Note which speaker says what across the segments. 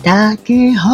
Speaker 1: 大家好，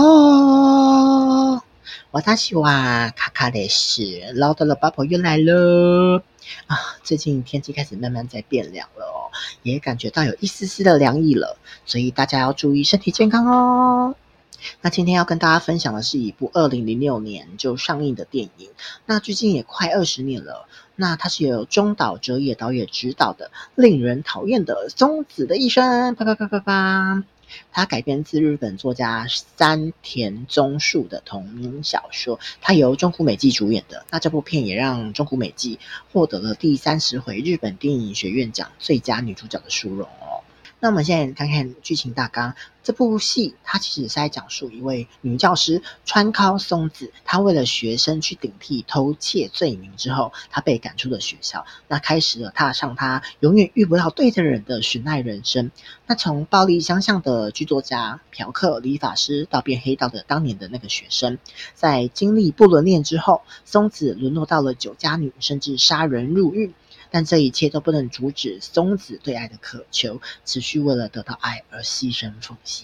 Speaker 1: 私は卡卡的是唠叨的八婆又来了啊！最近天气开始慢慢在变凉了哦，也感觉到有一丝丝的凉意了，所以大家要注意身体健康哦。那今天要跟大家分享的是一部2006年就上映的电影，那距今也快20年了。那它是由中岛哲也导演执导的，令人讨厌的松子的一生，啪啪啪啪啪。它改编自日本作家山田宗树的同名小说，它由中谷美纪主演的。那这部片也让中谷美纪获得了第30回日本电影学院奖最佳女主角的殊荣哦。那我们现在看看剧情大纲。这部戏它其实是在讲述一位女教师川尻松子，她为了学生去顶替偷窃罪名之后，她被赶出了学校，那开始了踏上她永远遇不到对的人的寻爱人生。那从暴力相向的剧作家、嫖客、理发师到变黑道的当年的那个学生，在经历不伦恋之后，松子沦落到了酒家女，甚至杀人入狱。但这一切都不能阻止松子对爱的渴求，持续为了得到爱而牺牲奉献。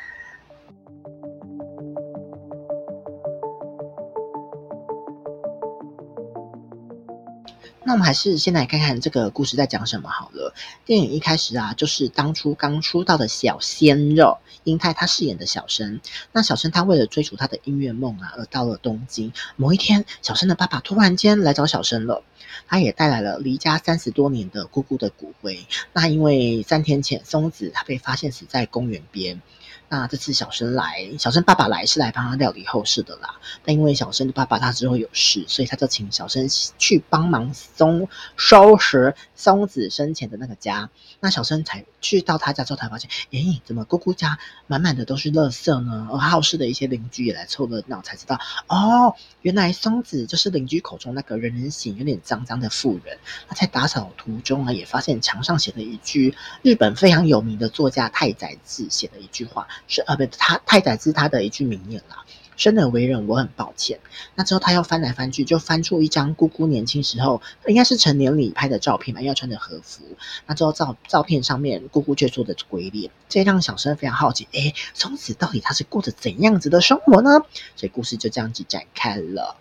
Speaker 1: 那我们还是先来看看这个故事在讲什么好了。电影一开始啊，就是当初刚出道的小鲜肉英泰他饰演的小生。那小生他为了追逐他的音乐梦啊，而到了东京。某一天，小生的爸爸突然间来找小生了，他也带来了离家30多年的姑姑的骨灰。那因为3天前松子他被发现死在公园边。那这次小生爸爸来是来帮他料理后事的啦。但因为小生的爸爸他之后有事，所以他就请小生去帮忙收拾松子生前的那个家。那小生才去到他家之后才发现，怎么姑姑家满满的都是垃圾呢？而好事的一些邻居也来凑热闹，才知道原来松子就是邻居口中那个人人嫌有点脏脏的妇人。他在打扫途中啊，也发现墙上写了一句日本非常有名的作家太宰治写的一句话，太宰治他的一句名言啦。生而为人，我很抱歉。那之后他又翻来翻去，就翻出一张姑姑年轻时候应该是成年礼拍的照片嘛，要穿的和服。那之后照片上面姑姑却做的鬼脸，这让小生非常好奇，松子到底他是过着怎样子的生活呢？所以故事就这样子展开了。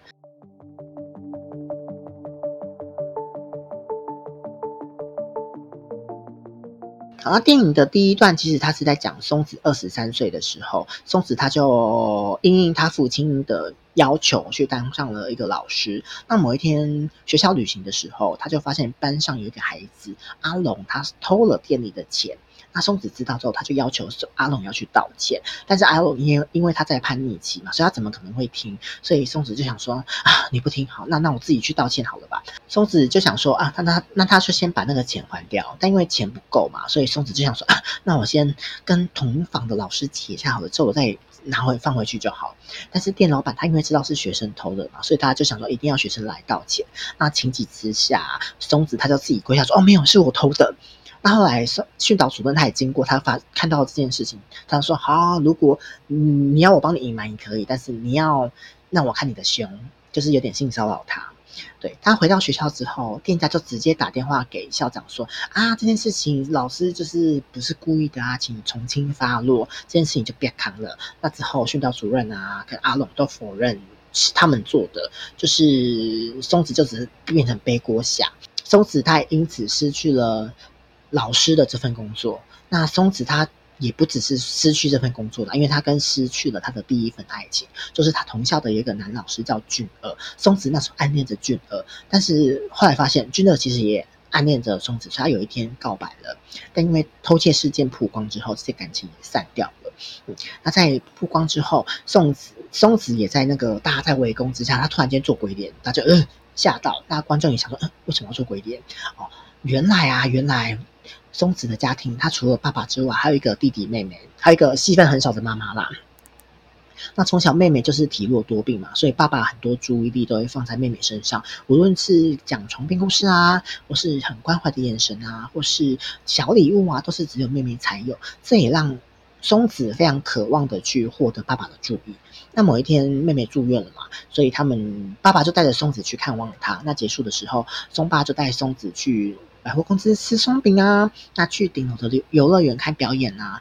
Speaker 1: 好，那电影的第一段其实他是在讲松子23岁的时候，松子他就因应他父亲的要求去当上了一个老师。那某一天学校旅行的时候，他就发现班上有一个孩子阿龙，他偷了店里的钱。那松子知道之后，他就要求阿龙要去道歉，但是阿龙因为他在叛逆期嘛，所以他怎么可能会听？所以松子就想说你不听好，那我自己去道歉好了吧。松子就想说那他就先把那个钱还掉，但因为钱不够嘛，所以松子就想说那我先跟同房的老师结一下好了，之后我再放回去就好。但是店老板他因为知道是学生偷的嘛，所以他就想说一定要学生来道歉。那情急之下，松子他就自己跪下说没有，是我偷的。那后来训导主任他也经过，他看到这件事情，他说好，如果你要我帮你隐瞒也可以，但是你要让我看你的胸，就是有点性骚扰他。对，他回到学校之后，店家就直接打电话给校长说这件事情老师就是不是故意的请你从轻发落，这件事情就别扛了。那之后训导主任跟阿龙都否认是他们做的，就是松子就只是变成背锅侠。松子他也因此失去了老师的这份工作。那松子他也不只是失去这份工作啦，因为他更失去了他的第一份爱情，就是他同校的一个男老师叫俊二。松子那时候暗恋着俊二，但是后来发现俊二其实也暗恋着松子，所以他有一天告白了。但因为偷窃事件曝光之后，这些感情也散掉了。那在曝光之后，松子也在那个大家在围攻之下，他突然间做鬼脸，大家就吓到，大家观众也想说为什么要做鬼脸？原来松子的家庭，他除了爸爸之外，还有一个弟弟妹妹，还有一个戏份很少的妈妈啦。那从小妹妹就是体弱多病嘛，所以爸爸很多注意力都会放在妹妹身上，无论是讲床边故事或是很关怀的眼神或是小礼物都是只有妹妹才有。这也让松子非常渴望的去获得爸爸的注意。那某一天妹妹住院了嘛，所以爸爸就带着松子去看望她。那结束的时候，松爸就带松子去百货公司吃松饼那去顶楼的游乐园看表演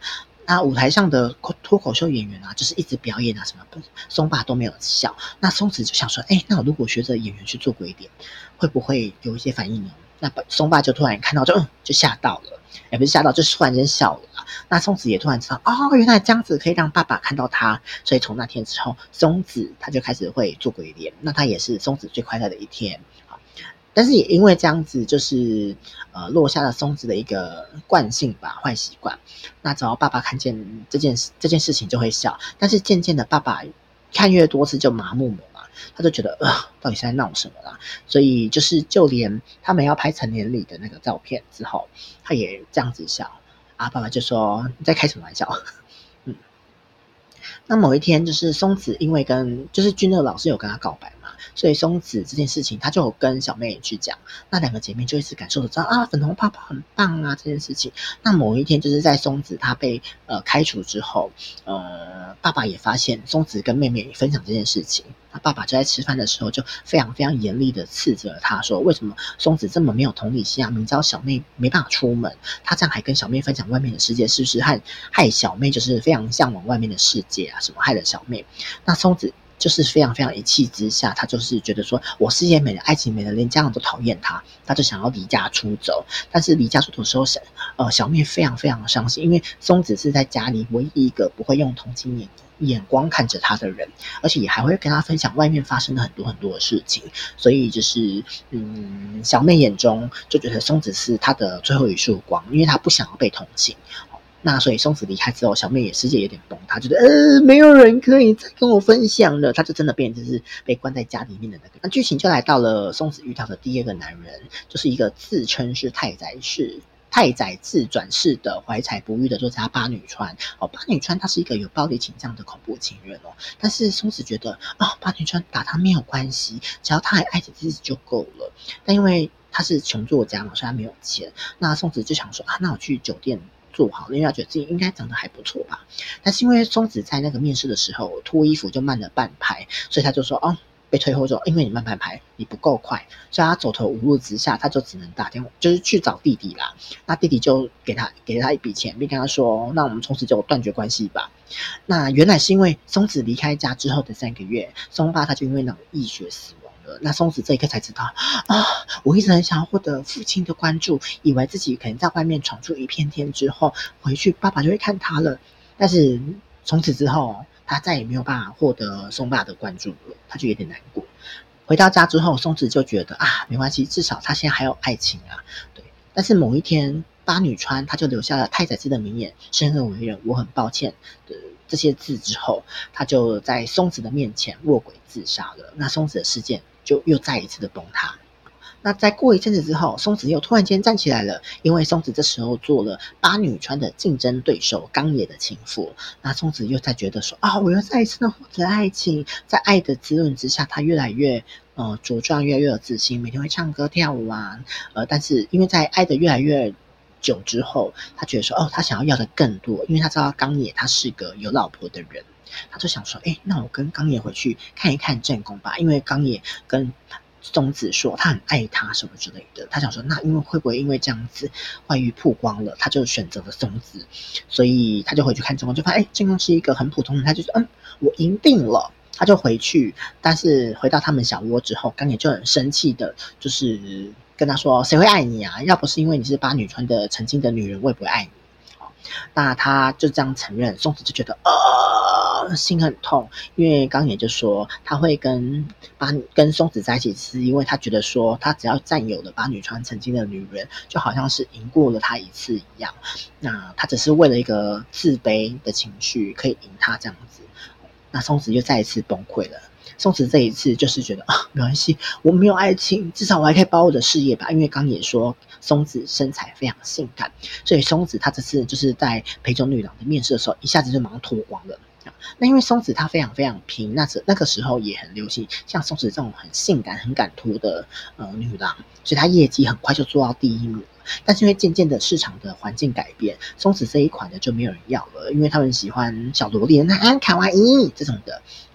Speaker 1: 那舞台上的脱口秀演员啊，就是一直表演啊什么，松爸都没有笑。那松子就想说，那我如果学着演员去做鬼脸，会不会有一些反应呢？那松爸就突然看到就吓到了，不是吓到，就是突然间笑了啦。那松子也突然知道，原来这样子可以让爸爸看到他，所以从那天之后，松子他就开始会做鬼脸。那他也是松子最快乐的一天。但是也因为这样子，就是落下了松子的一个惯性吧，坏习惯。那只要爸爸看见这件事情就会笑，但是渐渐的爸爸看越多次就麻木了嘛，他就觉得到底是在闹什么啦？所以就连他们要拍成年礼的那个照片之后，他也这样子笑啊，爸爸就说你在开什么玩笑？那某一天，就是松子因为就是君乐老师有跟他告白嘛，所以松子这件事情，他就有跟小妹去讲。那两个姐妹就一直感受得到粉红泡泡很棒啊这件事情。那某一天，就是在松子她被开除之后，爸爸也发现松子跟妹妹分享这件事情。那爸爸就在吃饭的时候就非常非常严厉的斥责他说，为什么松子这么没有同理心啊？明知道小妹没办法出门，他这样还跟小妹分享外面的世界，是不是害小妹就是非常向往外面的世界啊？什么害了小妹？那松子就是非常非常一气之下，他就是觉得说我事业没了，爱情没了，连家长都讨厌他，他就想要离家出走。但是离家出走的时候，小妹非常非常的伤心，因为松子是在家里唯一一个不会用同情眼光看着他的人，而且也还会跟他分享外面发生的很多很多的事情。所以就是小妹眼中就觉得松子是他的最后一束光，因为他不想要被同情。那所以松子离开之后，小妹也世界有点崩塌，觉得没有人可以再跟我分享了，他就真的变成是被关在家里面的那个。那剧情就来到了松子遇到的第二个男人，就是一个自称是太宰治转世的怀才不遇的作家八女川。八女川她是一个有暴力倾向的恐怖情人但是松子觉得八女川打他没有关系，只要他还爱着自己就够了。但因为他是穷作家嘛，所以他没有钱。那松子就想说那我去酒店做好了，因为他觉得自己应该长得还不错吧。但是因为松子在那个面试的时候脱衣服就慢了半拍，所以他就说被退后之后，因为你慢半拍，你不够快，所以他走投无路之下，他就只能打电话，就是去找弟弟啦。那弟弟就给他一笔钱，并跟他说：“那我们从此就断绝关系吧。”那原来是因为松子离开家之后的3个月，松爸他就因为脑溢血死亡了。那松子这一刻才知道我一直很想要获得父亲的关注，以为自己可能在外面闯出一片天之后，回去爸爸就会看他了。但是从此之后，他再也没有办法获得松爸的关注了，他就有点难过。回到家之后，松子就觉得没关系，至少他现在还有爱情啊。对，但是某一天，八女川他就留下了太宰治的名言“生而为人，我很抱歉”的这些字之后，他就在松子的面前卧轨自杀了。那松子的事件就又再一次的崩塌。那在过一阵子之后，松子又突然间站起来了，因为松子这时候做了八女川的竞争对手冈野的情妇。那松子又在觉得说我又再一次的获得爱情，在爱的滋润之下，他越来越茁壮，越来越有自信，每天会唱歌跳舞啊。但是因为在爱的越来越久之后，他觉得说他想要的更多，因为他知道冈野他是个有老婆的人，他就想说那我跟冈野回去看一看正宫吧，因为冈野跟松子说他很爱他什么之类的，他想说那会不会因为这样子外遇曝光了，他就选择了松子，所以他就回去看正宫，就发现正宫是一个很普通的人，他就说我赢定了，他就回去。但是回到他们小窝之后，冈野就很生气的就是跟他说谁会爱你啊，要不是因为你是八女川的曾经的女人，我也不会爱你。那他就这样承认，松子就觉得心很痛，因为冈野就说他会跟松子在一起，是因为他觉得说他只要占有了八女川曾经的女人，就好像是赢过了他一次一样。那他只是为了一个自卑的情绪可以赢他这样子，那松子又再一次崩溃了。松子这一次就是觉得没关系，我没有爱情，至少我还可以保我的事业吧。因为刚也说松子身材非常性感，所以松子他这次就是在陪酒女郎的面试的时候，一下子就马上脱光了。那因为松子她非常非常拼，那个时候也很流行像松子这种很性感很敢脱的女郎，所以她业绩很快就做到第1名。但是因为渐渐的市场的环境改变，松子这一款的就没有人要了，因为他们喜欢小萝莉卡哇伊这种的。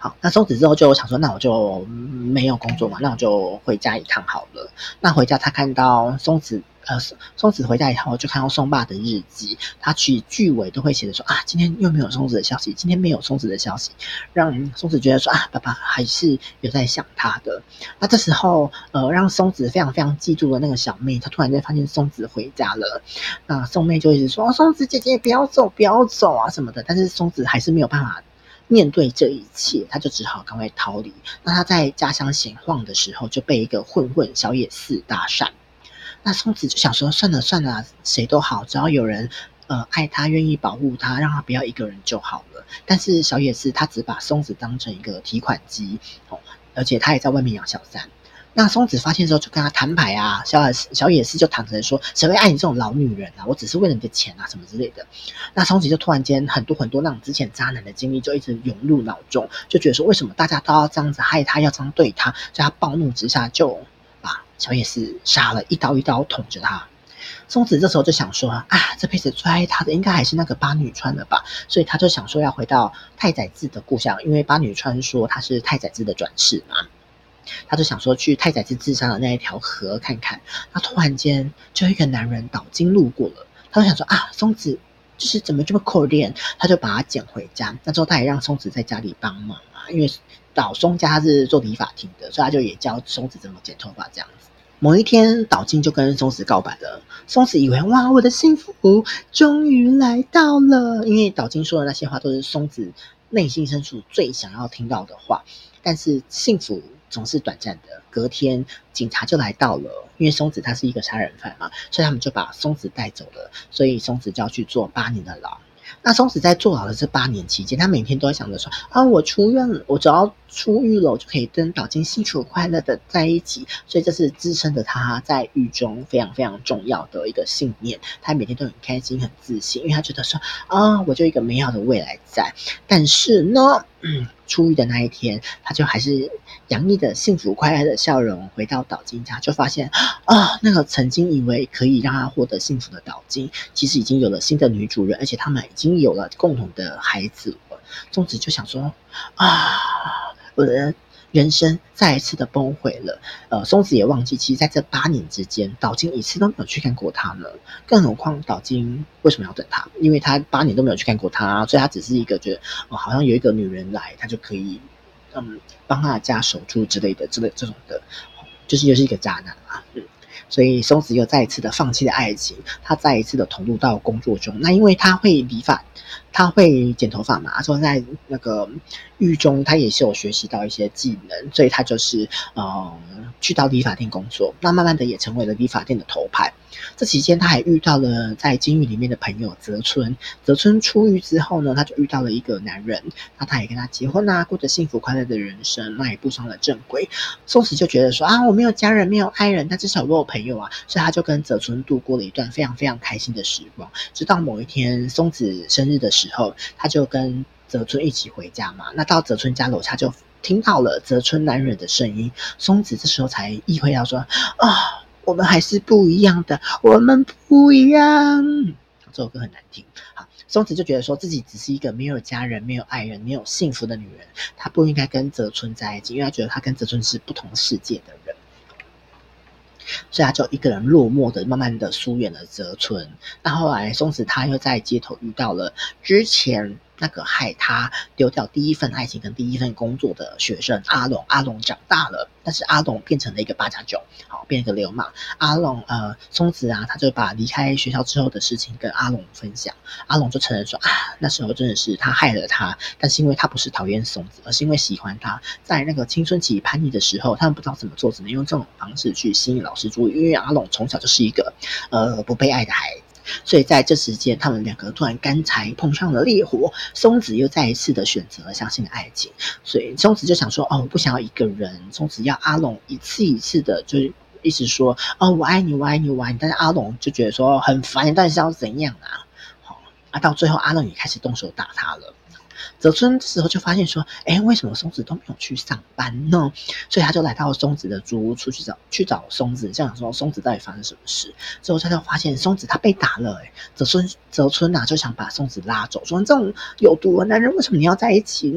Speaker 1: 好，那松子之后就想说，那我就没有工作嘛，那我就回家一趟好了。那回家他看到松子回家以后就看到松爸的日记，他句尾都会写着说啊，今天又没有松子的消息，今天没有松子的消息，让松子觉得说啊，爸爸还是有在想他的。那这时候让松子非常非常记住的那个小妹，她突然间发现松子回家了，那松妹就一直说松子姐姐不要走不要走啊什么的，但是松子还是没有办法面对这一切，他就只好赶快逃离。那他在家乡闲晃的时候，就被一个混混小野寺搭讪。那松子就想说，算了算了，谁都好，只要有人爱他，愿意保护他，让他不要一个人就好了。但是小野寺他只把松子当成一个提款机，而且他也在外面养小三。那松子发现之后就跟他摊牌啊，小野寺就坦诚说，谁会爱你这种老女人啊？我只是为了你的钱啊，什么之类的。那松子就突然间很多那种之前渣男的经历就一直涌入脑中，就觉得说为什么大家都要这样子害他，要这样对他，所以他暴怒之下就把小野寺杀了，一刀一刀捅着他。松子这时候就想说啊，这辈子最爱他的应该还是那个八女川了吧，所以他就想说要回到太宰治的故乡，因为八女川说他是太宰治的转世嘛。他就想说去太宰治自杀的那一条河看看，那突然间就一个男人倒金路过了，他就想说啊，松子就是怎么这么可怜，他就把他捡回家。那之后他也让松子在家里帮忙啊，因为岛松家是做理发厅的，所以他就也教松子怎么剪头发这样子。某一天，岛津就跟松子告白了。松子以为哇，我的幸福终于来到了，因为岛津说的那些话都是松子内心深处最想要听到的话。但是幸福总是短暂的，隔天警察就来到了，因为松子他是一个杀人犯嘛，所以他们就把松子带走了，所以松子就要去坐8年的牢。那松子在坐牢的这8年期间，他每天都在想着说啊，我出院了，我只要出狱了，我就可以跟岛津幸福快乐的在一起。所以这是支撑着他在狱中非常非常重要的一个信念。他每天都很开心很自信，因为他觉得说啊，我就一个美好的未来在。但是呢出狱的那一天，他就还是洋溢的幸福快乐的笑容回到岛津家，就发现啊，那个曾经以为可以让他获得幸福的岛津，其实已经有了新的女主人，而且他们已经有了共同的孩子了。松子就想说啊，我的人生再一次的崩毁了。松子也忘记，其实在这8年之间，岛津一次都没有去看过他呢。更何况岛津为什么要等他？因为他8年都没有去看过他，所以他只是一个觉得好像有一个女人来，他就可以帮他的家守住之类的这种的，就是又是一个渣男啊。所以松子又再一次的放弃了爱情，他再一次的投入到工作中。那因为他会理发，他会剪头发嘛，所以在那个狱中他也是有学习到一些技能，所以他就是去到理发店工作。那慢慢的也成为了理发店的头牌。这期间他还遇到了在监狱里面的朋友泽村。泽村出狱之后呢，他就遇到了一个男人，那他也跟他结婚啊，过着幸福快乐的人生，那也步上了正轨。松子就觉得说啊，我没有家人没有爱人，但至少我有朋友啊，所以他就跟泽村度过了一段非常非常开心的时光。直到某一天松子生日的时候，他就跟泽村一起回家嘛，那到泽村家楼下就听到了泽村男人的声音。松子这时候才意会到说啊，我们还是不一样的，我们不一样。这首歌很难听。好，松子就觉得说自己只是一个没有家人、没有爱人、没有幸福的女人，她不应该跟泽村在一起，因为她觉得她跟泽村是不同世界的人。所以他就一个人落寞的慢慢的疏远了泽村。那后来松子他又在街头遇到了之前那个害他丢掉第一份爱情跟第一份工作的学生阿龙。阿龙长大了，但是阿龙变成了一个8+9，好，变成一个流氓。阿龙松子啊，他就把离开学校之后的事情跟阿龙分享。阿龙就承认说啊，那时候真的是他害了他，但是因为他不是讨厌松子，而是因为喜欢他。在那个青春期叛逆的时候，他们不知道怎么做，只能用这种方式去吸引老师注意，因为阿龙从小就是一个不被爱的孩子。所以在这时间，他们两个突然干柴碰上了烈火，松子又再一次的选择了相信爱情。所以松子就想说，我不想要一个人。松子要阿龙一次一次的，就是一直说，我爱你，我爱你，我爱你。但是阿龙就觉得说很烦，你到底是要怎样啊？到最后阿龙也开始动手打他了。泽村这时候就发现说，为什么松子都没有去上班呢？所以他就来到松子的租屋处去找松子，想说松子到底发生什么事。之后他就发现松子他被打了。泽村就想把松子拉走，说这种有毒的男人为什么你要在一起呢？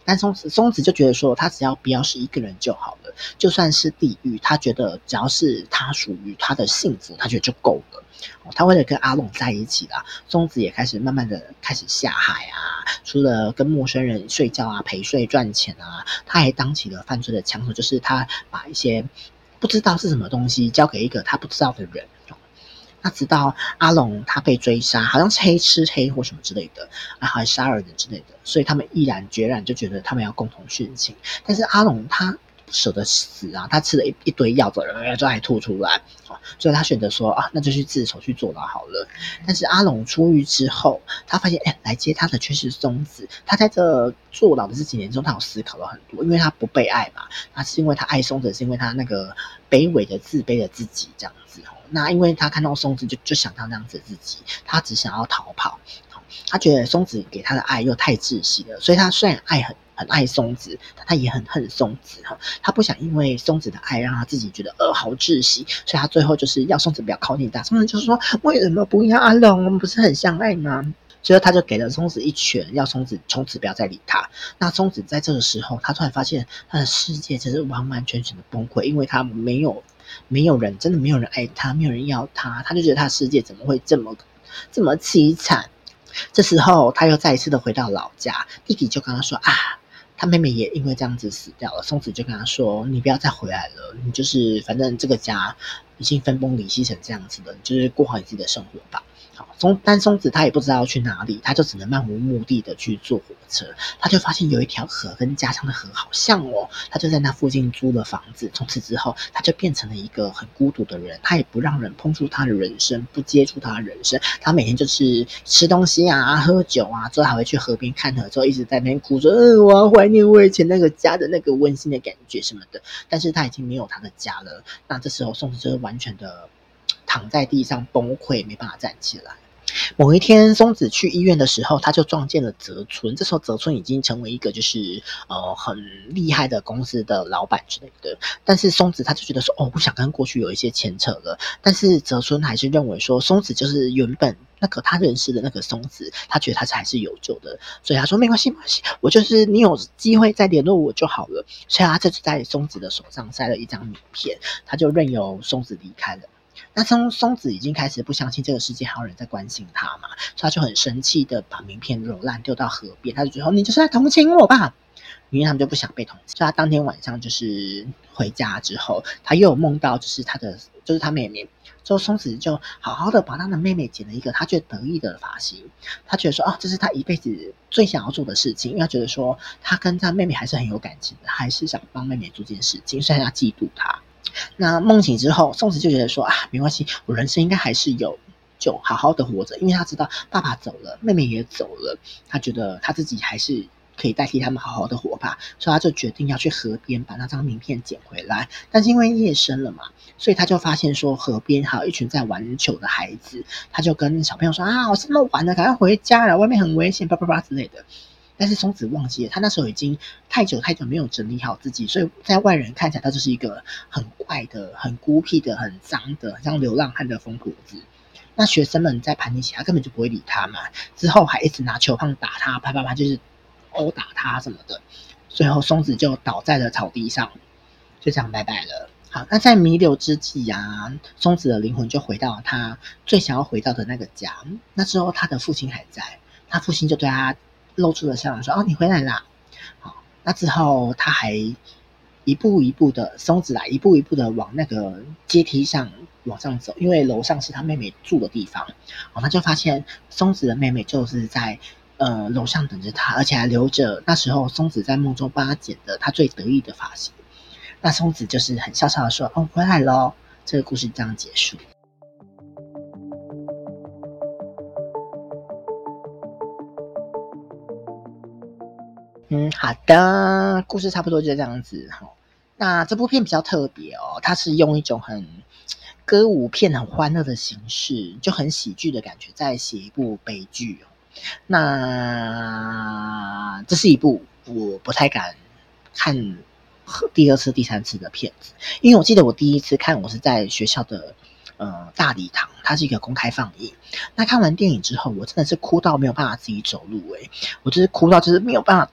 Speaker 1: 但松子就觉得说，他只要不要是一个人就好了，就算是地狱，他觉得只要是他属于他的幸福，他觉得就够了。他为了跟阿龙在一起啦，松子也开始慢慢的开始下海啊，除了跟陌生人睡觉啊、陪睡赚钱啊，他还当起了犯罪的枪手，就是他把一些不知道是什么东西交给一个他不知道的人。那直到阿龙他被追杀，好像是黑吃黑或什么之类的，还杀了人之类的，所以他们毅然决然就觉得他们要共同殉情。但是阿龙他不舍得死啊，他吃了一堆药之后就还吐出来，所以他选择说啊，那就去自首去坐牢好了。但是阿龙出狱之后，他发现来接他的却是松子。他在这坐牢的这几年中，他有思考了很多，因为他不被爱嘛，那是因为他爱松子，是因为他那个卑微的自卑的自己这样子。那因为他看到松子就想到那样子的自己，他只想要逃跑。他觉得松子给他的爱又太窒息了，所以他虽然很爱松子，但他也很恨松子。他不想因为松子的爱让他自己觉得好窒息，所以他最后就是要松子不要靠近他。松子就说为什么不要阿龙，我们不是很相爱吗？所以他就给了松子一拳，要松子从此不要再理他。那松子在这个时候，他突然发现他的世界真是完完全全的崩溃，因为他没有人，真的没有人爱他，没有人要他，他就觉得他的世界怎么会这么凄惨。这时候他又再一次的回到老家，弟弟就跟他说啊，他妹妹也因为这样子死掉了。松子就跟他说，你不要再回来了，你就是反正这个家已经分崩离析成这样子了，你就是过好你自己的生活吧。但松子他也不知道要去哪里，他就只能漫无目的的去坐火车。他就发现有一条河跟家乡的河好像他就在那附近租了房子。从此之后，他就变成了一个很孤独的人，他也不让人碰触他的人生，不接触他的人生。他每天就是吃东西啊、喝酒啊，之后还会去河边看河，之后一直在那边哭说，我要怀念我以前那个家的那个温馨的感觉什么的。但是他已经没有他的家了。那这时候松子就是完全的躺在地上崩溃，没办法站起来。某一天，松子去医院的时候，他就撞见了泽村。这时候，泽村已经成为一个就是很厉害的公司的老板之类的。但是松子他就觉得说，不想跟过去有一些牵扯了。但是泽村还是认为说，松子就是原本那个他认识的那个松子，他觉得他还是有救的，所以他说没关系，我就是你有机会再联络我就好了。所以他这次在松子的手上塞了一张名片，他就任由松子离开了。那松子已经开始不相信这个世界还有人在关心他嘛，所以他就很生气的把名片揉烂丢到河边。他就觉得你就是在同情我吧，因为他们就不想被同情。所以他当天晚上就是回家之后，他又有梦到就是他妹妹。之后松子就好好的把他的妹妹剪了一个他觉得得意的发型。他觉得说这是他一辈子最想要做的事情，因为他觉得说他跟他妹妹还是很有感情的，还是想帮妹妹做这件事情，虽然他嫉妒他。那梦醒之后，松子就觉得说没关系，我人生应该还是就好好的活着，因为他知道爸爸走了，妹妹也走了，他觉得他自己还是可以代替他们好好的活吧，所以他就决定要去河边把那张名片捡回来。但是因为夜深了嘛，所以他就发现说河边还有一群在玩球的孩子，他就跟小朋友说我这么晚了，赶快回家了，外面很危险，叭叭叭之类的。但是松子忘记了，他那时候已经太久没有整理好自己，所以在外人看起来他就是一个很怪的、很孤僻的、很脏的、很像流浪汉的疯婆子。那学生们在叛逆期，他根本就不会理他嘛，之后还一直拿球棒打他，啪啪啪就是殴打他什么的。最后松子就倒在了草地上，就这样拜拜了。好，那在弥留之际松子的灵魂就回到了他最想要回到的那个家。那之后他的父亲还在，他父亲就对他露出了笑容说你回来啦。好，那之后他还一步一步的松子一步一步的往那个阶梯上往上走，因为楼上是他妹妹住的地方。他就发现松子的妹妹就是在楼上等着他，而且还留着那时候松子在梦中帮他剪的他最得意的发型。那松子就是很笑笑的说回来咯。这个故事这样结束。好的，故事差不多就这样子。那这部片比较特别它是用一种很歌舞片很欢乐的形式，就很喜剧的感觉在写一部悲剧。那这是一部我不太敢看第二次第三次的片子，因为我记得我第一次看我是在学校的大礼堂，它是一个公开放映。那看完电影之后，我真的是哭到没有办法自己走路我就是哭到就是没有办法动，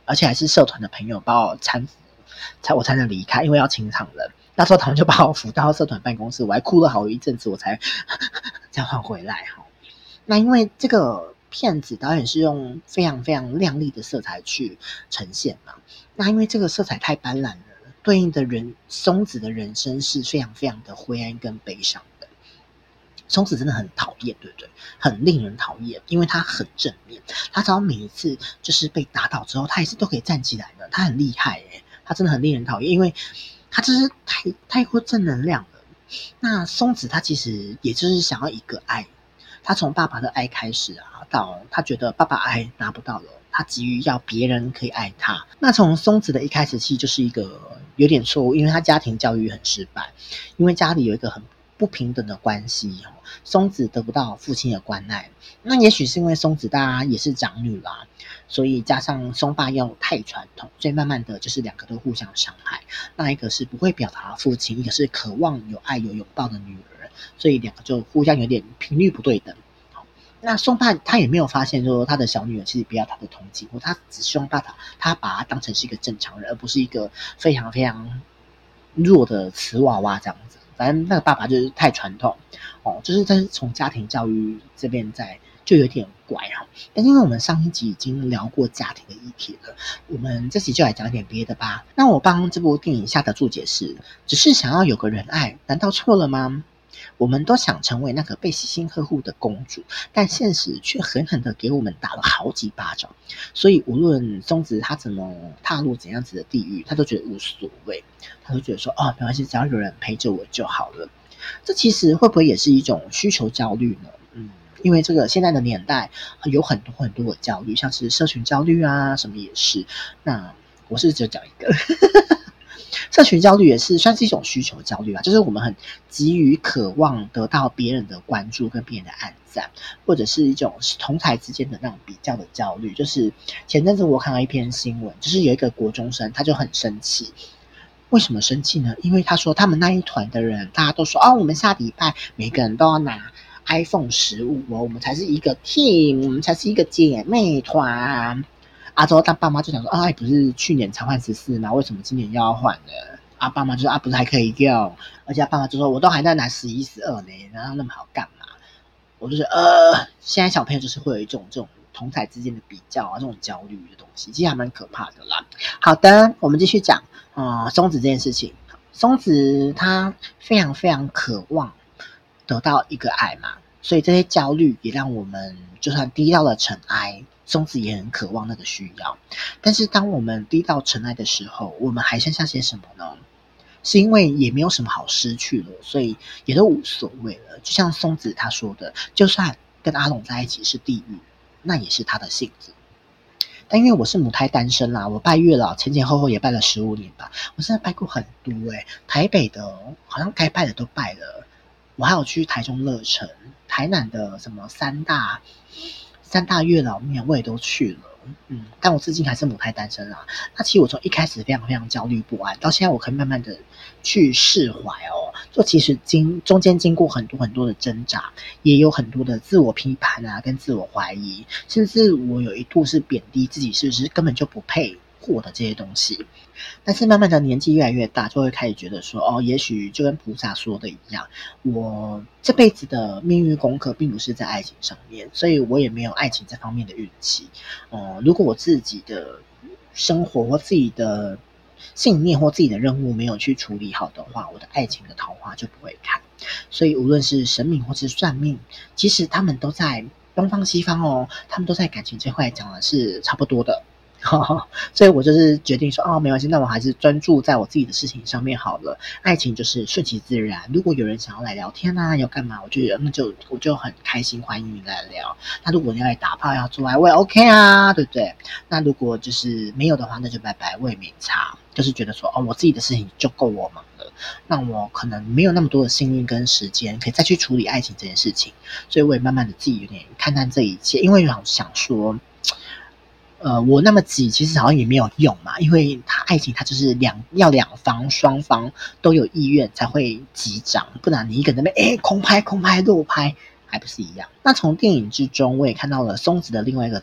Speaker 1: 而且还是社团的朋友把我搀扶，我才能离开，因为要清场了。那时候他们就把我扶到社团办公室，我还哭了好一阵子，我才再换回来哈。那因为这个片子导演是用非常非常亮丽的色彩去呈现嘛，那因为这个色彩太斑斓了，对应的松子的人生是非常非常的灰暗跟悲伤的。松子真的很讨厌，对不对？很令人讨厌，因为他很正面，他只要每一次就是被打倒之后，他还是都可以站起来的，他很厉害耶，他真的很令人讨厌，因为他就是太过正能量了。那松子他其实也就是想要一个爱，他从爸爸的爱开始啊，到他觉得爸爸爱拿不到了，他急于要别人可以爱他。那从松子的一开始其实就是一个有点错误，因为他家庭教育很失败，因为家里有一个很不平等的关系，松子得不到父亲的关爱。那也许是因为松子大家也是长女啦，所以加上松爸又太传统，所以慢慢的就是两个都互相伤害。那一个是不会表达父亲，一个是渴望有爱有拥抱的女儿，所以两个就互相有点频率不对等。那松爸他也没有发现说他的小女儿其实不要他的同情，或他只希望他把他当成是一个正常人，而不是一个非常非常弱的瓷娃娃这样子。反正那个爸爸就是太传统就是在从家庭教育这边就有点怪但是因为我们上一集已经聊过家庭的议题了，我们这集就来讲点别的吧。那我帮这部电影下的注解是：只是想要有个人爱，难道错了吗？我们都想成为那个被悉心呵护的公主，但现实却狠狠的给我们打了好几巴掌。所以无论松子他怎么踏入怎样子的地狱，他都觉得无所谓，他都觉得说没关系，只要有人陪着我就好了。这其实会不会也是一种需求焦虑呢？因为这个现在的年代有很多很多的焦虑，像是社群焦虑啊，什么也是。那我是只有讲一个。社群焦虑也是算是一种需求焦虑就是我们很急于渴望得到别人的关注跟别人的按赞，或者是一种同侪之间的那种比较的焦虑。就是前阵子我看到一篇新闻，就是有一个国中生他就很生气。为什么生气呢？因为他说他们那一团的人大家都说我们下礼拜每个人都要拿 iPhone 15我们才是一个 team， 我们才是一个姐妹团之后他爸妈就想说不是去年才换14吗？为什么今年又要换呢？爸妈就说不是还可以用，而且爸妈就说我都还在拿11、12呢，然后那么好干嘛？我就觉得现在小朋友就是会有一种这种同侪之间的比较这种焦虑的东西，其实还蛮可怕的啦。好的，我们继续讲松子这件事情。松子他非常非常渴望得到一个爱嘛，所以这些焦虑也让我们就算低到了尘埃，松子也很渴望那个需要。但是当我们低到尘埃的时候，我们还剩下些什么呢？是因为也没有什么好失去了，所以也都无所谓了。就像松子他说的，就算跟阿龙在一起是地狱，那也是他的性子。但因为我是母胎单身啦，我拜月老前前后后也拜了15年吧，我真的拜过很多台北的好像该拜的都拜了，我还有去台中乐城，台南的什么三大月老庙我也都去了。但我至今还是母胎单身啊。那其实我从一开始非常非常焦虑不安，到现在我可以慢慢的去释怀就其实中间经过很多很多的挣扎，也有很多的自我批判跟自我怀疑，甚至我有一度是贬低自己是不是根本就不配获得这些东西。但是慢慢的年纪越来越大，就会开始觉得说也许就跟菩萨说的一样，我这辈子的命运功课并不是在爱情上面，所以我也没有爱情这方面的运气如果我自己的生活或自己的信念或自己的任务没有去处理好的话，我的爱情的桃花就不会开。所以无论是神明或是算命，其实他们都在东方西方他们都在感情这块讲的是差不多的所以我就是决定说没关系，那我还是专注在我自己的事情上面好了。爱情就是顺其自然，如果有人想要来聊天要干嘛，我就很开心欢迎你来聊。那如果你要来打炮要做爱我也 OK 对不对？那如果就是没有的话那就拜拜，我也没差。就是觉得说我自己的事情就够我忙了，那我可能没有那么多的幸运跟时间可以再去处理爱情这件事情，所以我也慢慢的自己有点看淡这一切。因为想说我那么急其实好像也没有用嘛，因为爱情它就是要两方双方都有意愿才会急涨，不然你一个人在那边空拍漏拍还不是一样。那从电影之中我也看到了松子的另外一个点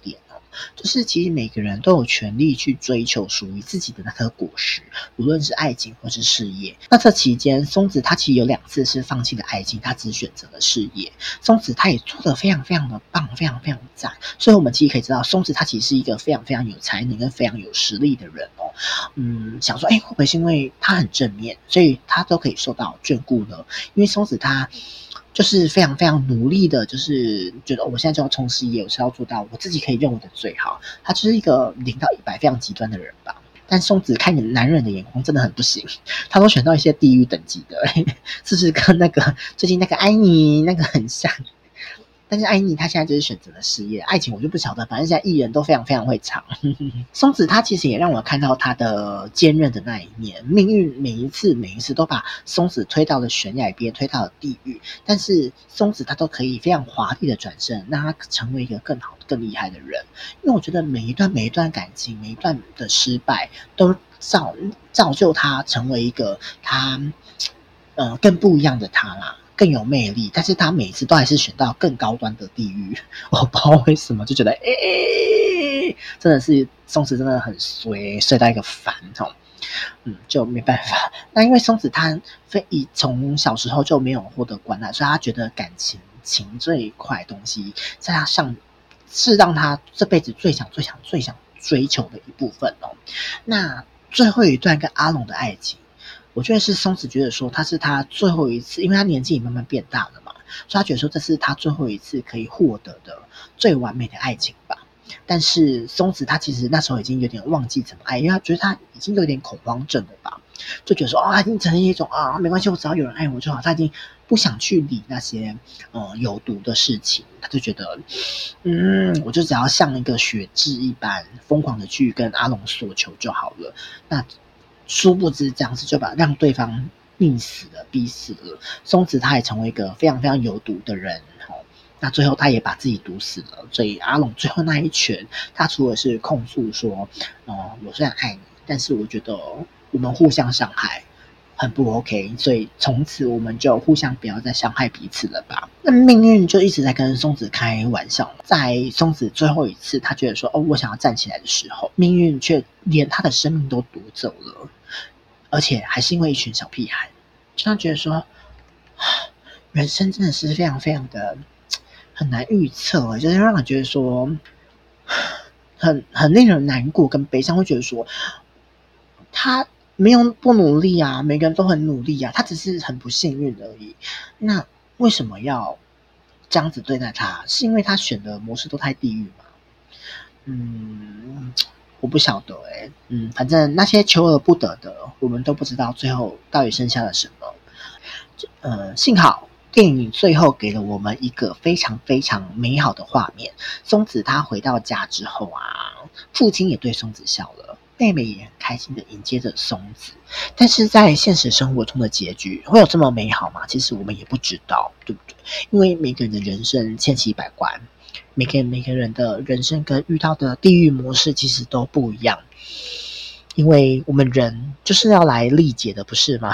Speaker 1: 就是其实每个人都有权利去追求属于自己的那颗果实，无论是爱情或是事业。那这期间，松子他其实有2次是放弃了爱情，他只选择了事业。松子他也做得非常非常的棒，非常非常赞。所以我们其实可以知道，松子他其实是一个非常非常有才能跟非常有实力的人哦。想说，会不会是因为他很正面，所以他都可以受到眷顾呢？因为松子他就是非常非常努力的，就是觉得我现在就要冲事业，我是要做到我自己可以认为的最好。他就是一个0到100非常极端的人吧。但松子看男人的眼光真的很不行，他都选到一些地狱等级的，是不是跟那个最近那个安妮那个很像？但是安妮她现在就是选择了事业，爱情我就不晓得，反正现在艺人都非常非常会唱。松子她其实也让我看到她的坚韧的那一面，命运每一次都把松子推到了悬崖边，推到了地狱，但是松子她都可以非常华丽的转身，让她成为一个更好更厉害的人。因为我觉得每一段感情，每一段的失败都造就她成为一个她更不一样的她啦，更有魅力，但是他每次都还是选到更高端的地狱，我不知道为什么，就觉得真的是松子真的很衰到一个烦哦。就没办法。那因为松子他从小时候就没有获得关爱，所以他觉得感情这一块东西，在他上是让他这辈子最想追求的一部分哦。那最后一段跟阿龙的爱情，我觉得是松子觉得说他是他最后一次，因为他年纪也慢慢变大了嘛，所以他觉得说这是他最后一次可以获得的最完美的爱情吧。但是松子他其实那时候已经有点忘记怎么爱，因为他觉得他已经有点恐慌症了吧，就觉得说已经成一种没关系，我只要有人爱我就好，他已经不想去理那些有毒的事情，他就觉得我就只要像一个血蛭一般疯狂的去跟阿龙索求就好了。那殊不知这样子就让对方溺死了，逼死了。松子他也成为一个非常非常有毒的人，那最后他也把自己毒死了。所以阿龙最后那一拳，他除了是控诉说，我虽然爱你，但是我觉得我们互相伤害很不 OK， 所以从此我们就互相不要再伤害彼此了吧。那命运就一直在跟松子开玩笑，在松子最后一次他觉得说我想要站起来的时候，命运却连他的生命都夺走了，而且还是因为一群小屁孩，就让他觉得说人生真的是非常非常的很难预测，就是让人觉得说很令人难过跟悲伤，会觉得说他没有不努力啊，每个人都很努力啊，他只是很不幸运而已。那为什么要这样子对待他？是因为他选的模式都太地狱吗？我不晓得反正那些求而不得的，我们都不知道最后到底剩下了什么。幸好电影最后给了我们一个非常非常美好的画面。松子他回到家之后父亲也对松子笑了，妹妹也很开心的迎接着松子。但是在现实生活中的结局会有这么美好吗？其实我们也不知道，对不对？因为每个人的人生千奇百怪，每个人的人生跟遇到的地狱模式其实都不一样。因为我们人就是要来历劫的，不是吗？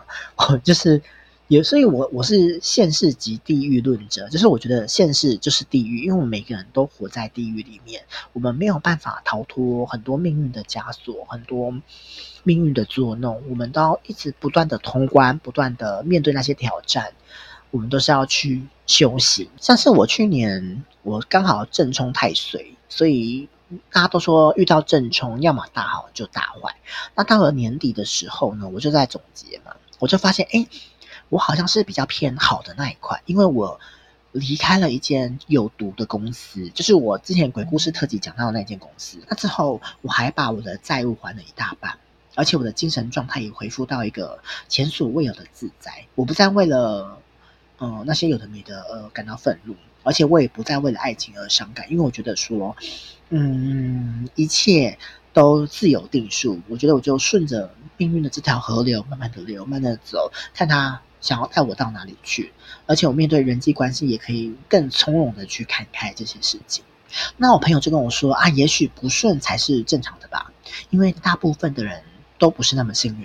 Speaker 1: 所以我是现世即地狱论者，就是我觉得现世就是地狱，因为我们每个人都活在地狱里面，我们没有办法逃脱很多命运的枷锁，很多命运的捉弄，我们都要一直不断的通关，不断的面对那些挑战，我们都是要去修行。像是我去年我刚好正冲太岁，所以大家都说遇到正冲要么大好就大坏。那到了年底的时候呢，我就在总结嘛，我就发现我好像是比较偏好的那一块，因为我离开了一间有毒的公司，就是我之前鬼故事特辑讲到的那间公司。那之后我还把我的债务还了一大半，而且我的精神状态也恢复到一个前所未有的自在。我不再为了那些有的没的感到愤怒，而且我也不再为了爱情而伤感，因为我觉得说一切都自有定数。我觉得我就顺着命运的这条河流慢慢的流，慢慢的走，看他想要带我到哪里去。而且我面对人际关系也可以更从容的去看开这些事情。那我朋友就跟我说也许不顺才是正常的吧，因为大部分的人都不是那么幸运的。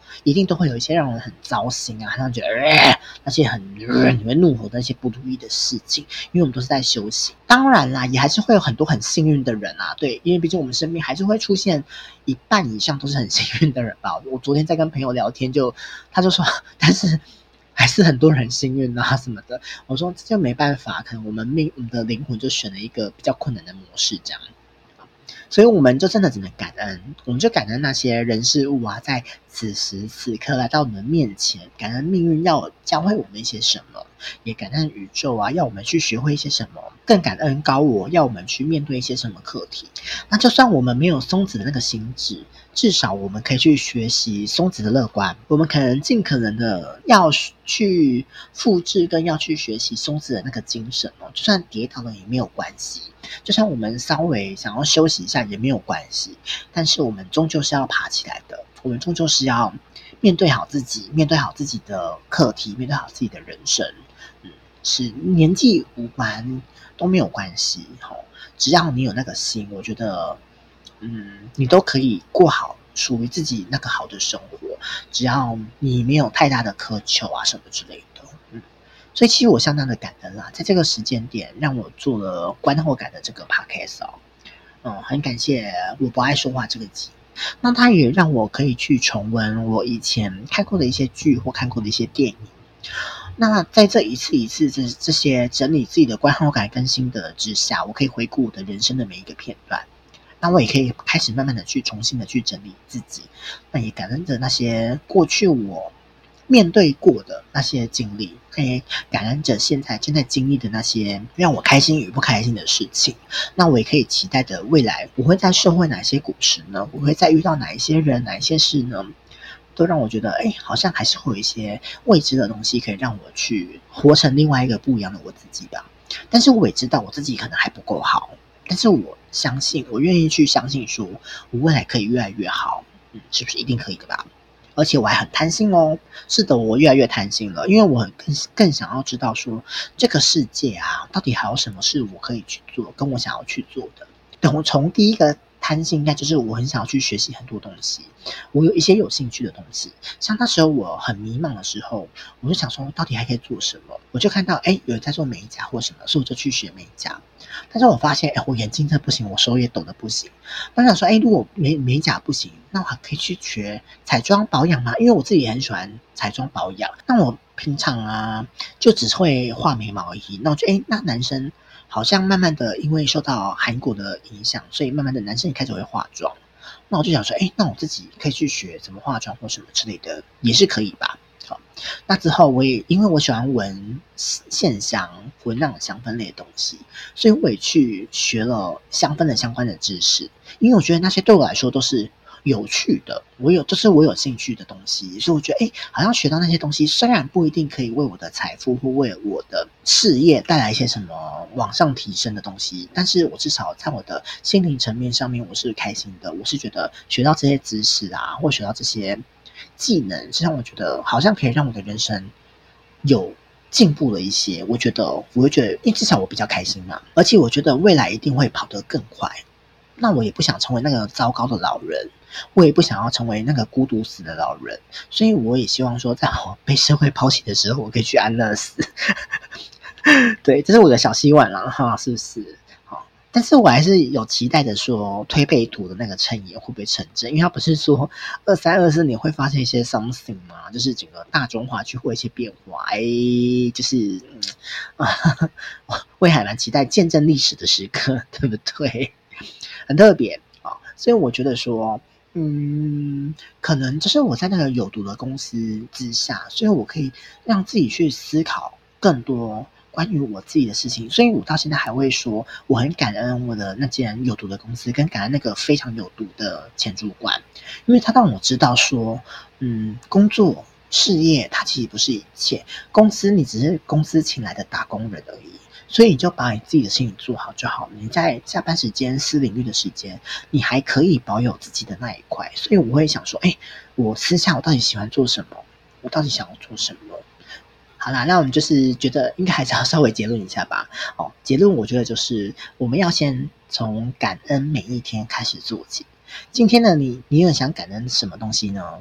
Speaker 1: 一定都会有一些让人很糟心啊，让人觉得那些很你会怒火的那些不如意的事情，因为我们都是在修行。当然啦，也还是会有很多很幸运的人啊，对，因为毕竟我们身边还是会出现一半以上都是很幸运的人吧。我昨天在跟朋友聊天他就说，但是还是很多人很幸运啊什么的。我说这就没办法，可能我们的灵魂就选了一个比较困难的模式这样。所以我们就真的只能感恩，我们就感恩那些人事物啊，在此时此刻来到我们面前，感恩命运要教会我们一些什么，也感恩宇宙啊，要我们去学会一些什么，更感恩高我要我们去面对一些什么课题。那就算我们没有松子的那个心智，至少我们可以去学习松子的乐观，我们可能尽可能的要去复制跟要去学习松子的那个精神哦，就算跌倒了也没有关系，就算我们稍微想要休息一下也没有关系，但是我们终究是要爬起来的，我们终究是要面对好自己，面对好自己的课题，面对好自己的人生。是年纪无关都没有关系，只要你有那个心，我觉得你都可以过好属于自己那个好的生活，只要你没有太大的苛求啊什么之类的。所以其实我相当的感恩啦，在这个时间点让我做了观后感的这个 podcast 很感谢我不爱说话这个集。那它也让我可以去重温我以前看过的一些剧或看过的一些电影。那在这一次这些整理自己的观后感跟心得之下，我可以回顾我的人生的每一个片段。那我也可以开始慢慢的去重新的去整理自己。那也感恩着那些过去我面对过的那些经历，也感恩着现在正在经历的那些让我开心与不开心的事情。那我也可以期待着未来我会再受惠哪些果实呢？我会再遇到哪一些人哪一些事呢？都让我觉得好像还是会有一些未知的东西可以让我去活成另外一个不一样的我自己吧。但是我也知道我自己可能还不够好，但是我相信，我愿意去相信说我未来可以越来越好。是不是一定可以的吧？而且我还很贪心哦。是的，我越来越贪心了，因为我更想要知道说这个世界啊，到底还有什么是我可以去做，跟我想要去做的。等我从第一个贪心应该就是我很想要去学习很多东西，我有一些有兴趣的东西。像那时候我很迷茫的时候，我就想说到底还可以做什么，我就看到有人在做美甲或什么，所以我就去学美甲。但是我发现我眼睛真的不行，我手也抖得不行。那想说如果美甲不行，那我还可以去学彩妆保养吗？因为我自己也很喜欢彩妆保养。那我平常啊就只会画眉毛而已。那我觉得那男生好像慢慢的因为受到韩国的影响，所以慢慢的男生也开始会化妆。那我就想说那我自己可以去学怎么化妆或什么之类的，也是可以吧。好，那之后我也因为我喜欢闻线香，闻那种香氛类的东西，所以我也去学了香氛的相关的知识。因为我觉得那些对我来说都是有趣的，我有兴趣的东西，所以我觉得好像学到那些东西，虽然不一定可以为我的财富或为我的事业带来一些什么往上提升的东西，但是我至少在我的心灵层面上面我是开心的。我是觉得学到这些知识啊，或学到这些技能，是让我觉得好像可以让我的人生有进步了一些。我会觉得因为至少我比较开心嘛，而且我觉得未来一定会跑得更快。那我也不想成为那个糟糕的老人，我也不想要成为那个孤独死的老人，所以我也希望说在我被社会抛弃的时候，我可以去安乐死。对，这是我的小希望啦哈，是不是？但是我还是有期待的说推背图的那个谶言会不会成真，因为他不是说23、24年会发生一些 something 嘛，就是整个大中华区会有一些变化，就是我也还蛮期待见证历史的时刻，对不对？很特别所以我觉得说可能就是我在那个有毒的公司之下，所以我可以让自己去思考更多关于我自己的事情，所以我到现在还会说我很感恩我的那间有毒的公司，跟感恩那个非常有毒的前主管，因为他让我知道说工作事业它其实不是一切，公司你只是公司请来的打工人而已，所以你就把你自己的事情做好就好。你在下班时间私领域的时间你还可以保有自己的那一块，所以我会想说我私下我到底喜欢做什么，我到底想要做什么。好啦，那我们就是觉得应该还是要稍微结论一下吧。结论我觉得就是我们要先从感恩每一天开始做起。今天的你有想感恩什么东西呢？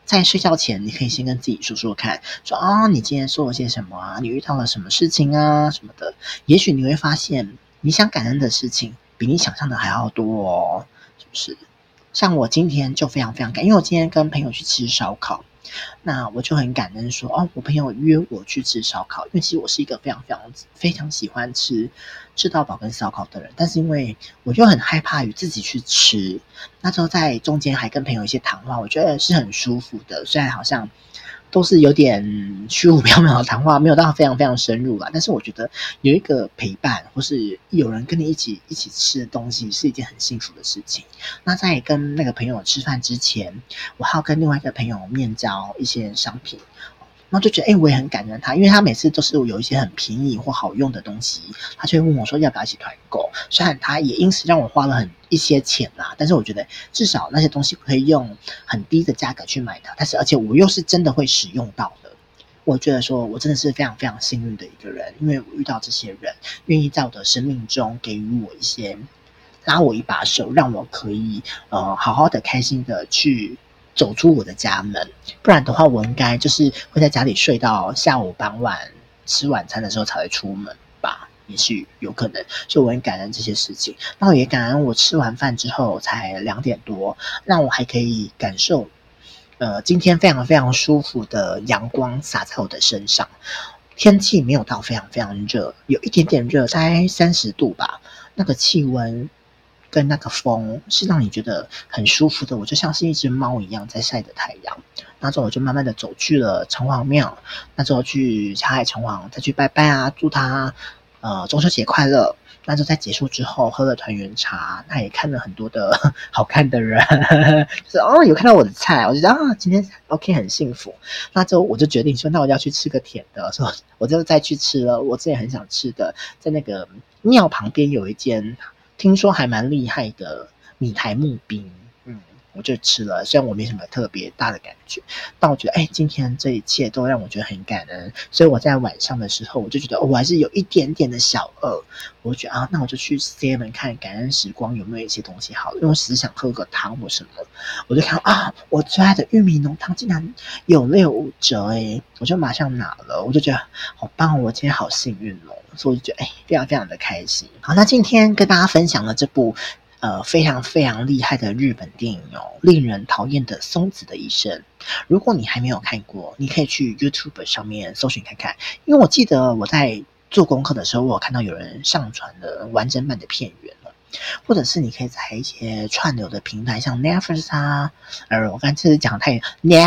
Speaker 1: 在睡觉前，你可以先跟自己说说看，说啊，你今天做了些什么啊？你遇到了什么事情啊？什么的，也许你会发现，你想感恩的事情比你想象的还要多哦，是不是？像我今天就非常非常感恩，因为我今天跟朋友去吃烧烤，那我就很感恩说，哦，我朋友约我去吃烧烤，因为其实我是一个非常非常非常喜欢吃到饱跟烧烤的人，但是因为我就很害怕于自己去吃，那时候在中间还跟朋友一些谈话，我觉得是很舒服的，虽然好像都是有点虚无缥缈的谈话，没有到非常非常深入啦，但是我觉得有一个陪伴或是有人跟你一起吃的东西是一件很幸福的事情。那在跟那个朋友吃饭之前，我还要跟另外一个朋友面交一些商品，然后就觉得我也很感恩他，因为他每次都是有一些很便宜或好用的东西，他就会问我说要不要一起团购。虽然他也因此让我花了一些钱啦，但是我觉得至少那些东西可以用很低的价格去买它，但是而且我又是真的会使用到的。我觉得说我真的是非常非常幸运的一个人，因为我遇到这些人愿意在我的生命中给予我一些拉我一把手，让我可以好好的开心的去走出我的家门，不然的话我应该就是会在家里睡到下午傍晚吃晚餐的时候才会出门吧，也许有可能，所以我很感恩这些事情。那我也感恩我吃完饭之后才2点多，让我还可以感受今天非常非常舒服的阳光洒在我的身上，天气没有到非常非常热，有一点点热，大概30度吧，那个气温跟那个风是让你觉得很舒服的，我就像是一只猫一样在晒着太阳。那之后我就慢慢的走去了城隍庙，那之后去霞海城隍再去拜拜啊，祝他中秋节快乐。那就在结束之后喝了团圆茶，那也看了很多的好看的人，就是有看到我的菜，我就觉得今天 OK 很幸福。那之后我就决定说，那我就要去吃个甜的，所以我就再去吃了我之前很想吃的，在那个庙旁边有一间听说还蛮厉害的米苔木冰，我就吃了，虽然我没什么特别大的感觉，但我觉得今天这一切都让我觉得很感恩，所以我在晚上的时候我就觉得我还是有一点点的小饿，我就觉得那我就去 7-Eleven 看感恩时光有没有一些东西好了，因为我只是想喝个汤或什么，我就看我最爱的玉米浓汤竟然有65折我就马上拿了，我就觉得好棒，我今天好幸运哦，所以我就觉得非常非常的开心。好，那今天跟大家分享了这部非常非常厉害的日本电影令人讨厌的松子的一生。如果你还没有看过，你可以去 YouTube 上面搜寻看看，因为我记得我在做功课的时候，我有看到有人上传了完整版的片源或者是你可以在一些串流的平台，像 Netflix 我刚才是讲太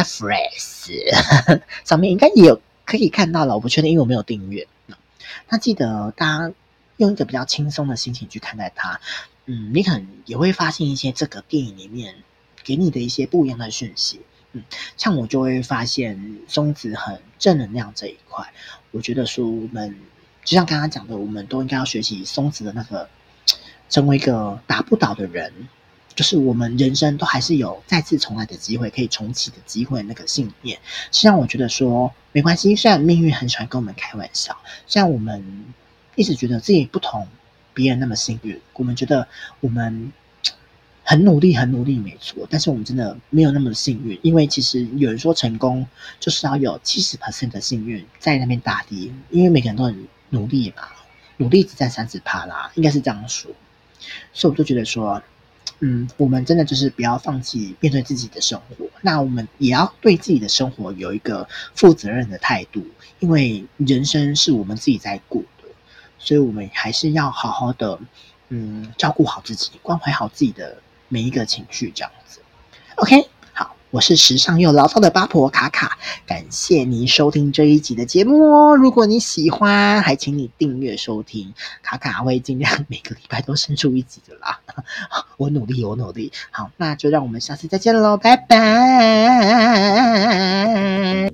Speaker 1: Netflix 上面应该也有可以看到了，我不确定，因为我没有订阅。那记得大家用一个比较轻松的心情去看待它，你可能也会发现一些这个电影里面给你的一些不一样的讯息。像我就会发现松子很正能量这一块，我觉得说我们就像刚刚讲的，我们都应该要学习松子的那个成为一个打不倒的人，就是我们人生都还是有再次重来的机会，可以重启的机会，那个信念是让我觉得说没关系，虽然命运很喜欢跟我们开玩笑，虽然我们一直觉得自己不同别人那么幸运，我们觉得我们很努力很努力没错，但是我们真的没有那么幸运，因为其实有人说成功就是要有70% 的幸运在那边打底，因为每个人都很努力嘛，努力只占30%啦，应该是这样说。所以我就觉得说我们真的就是不要放弃面对自己的生活，那我们也要对自己的生活有一个负责任的态度，因为人生是我们自己在过的，所以我们还是要好好的照顾好自己，关怀好自己的每一个情绪这样子。 OK， 好，我是时尚又唠叨的八婆卡卡，感谢你收听这一集的节目哦。如果你喜欢，还请你订阅收听，卡卡会尽量每个礼拜都生出一集的啦。我努力，我努力。好，那就让我们下次再见喽，拜拜。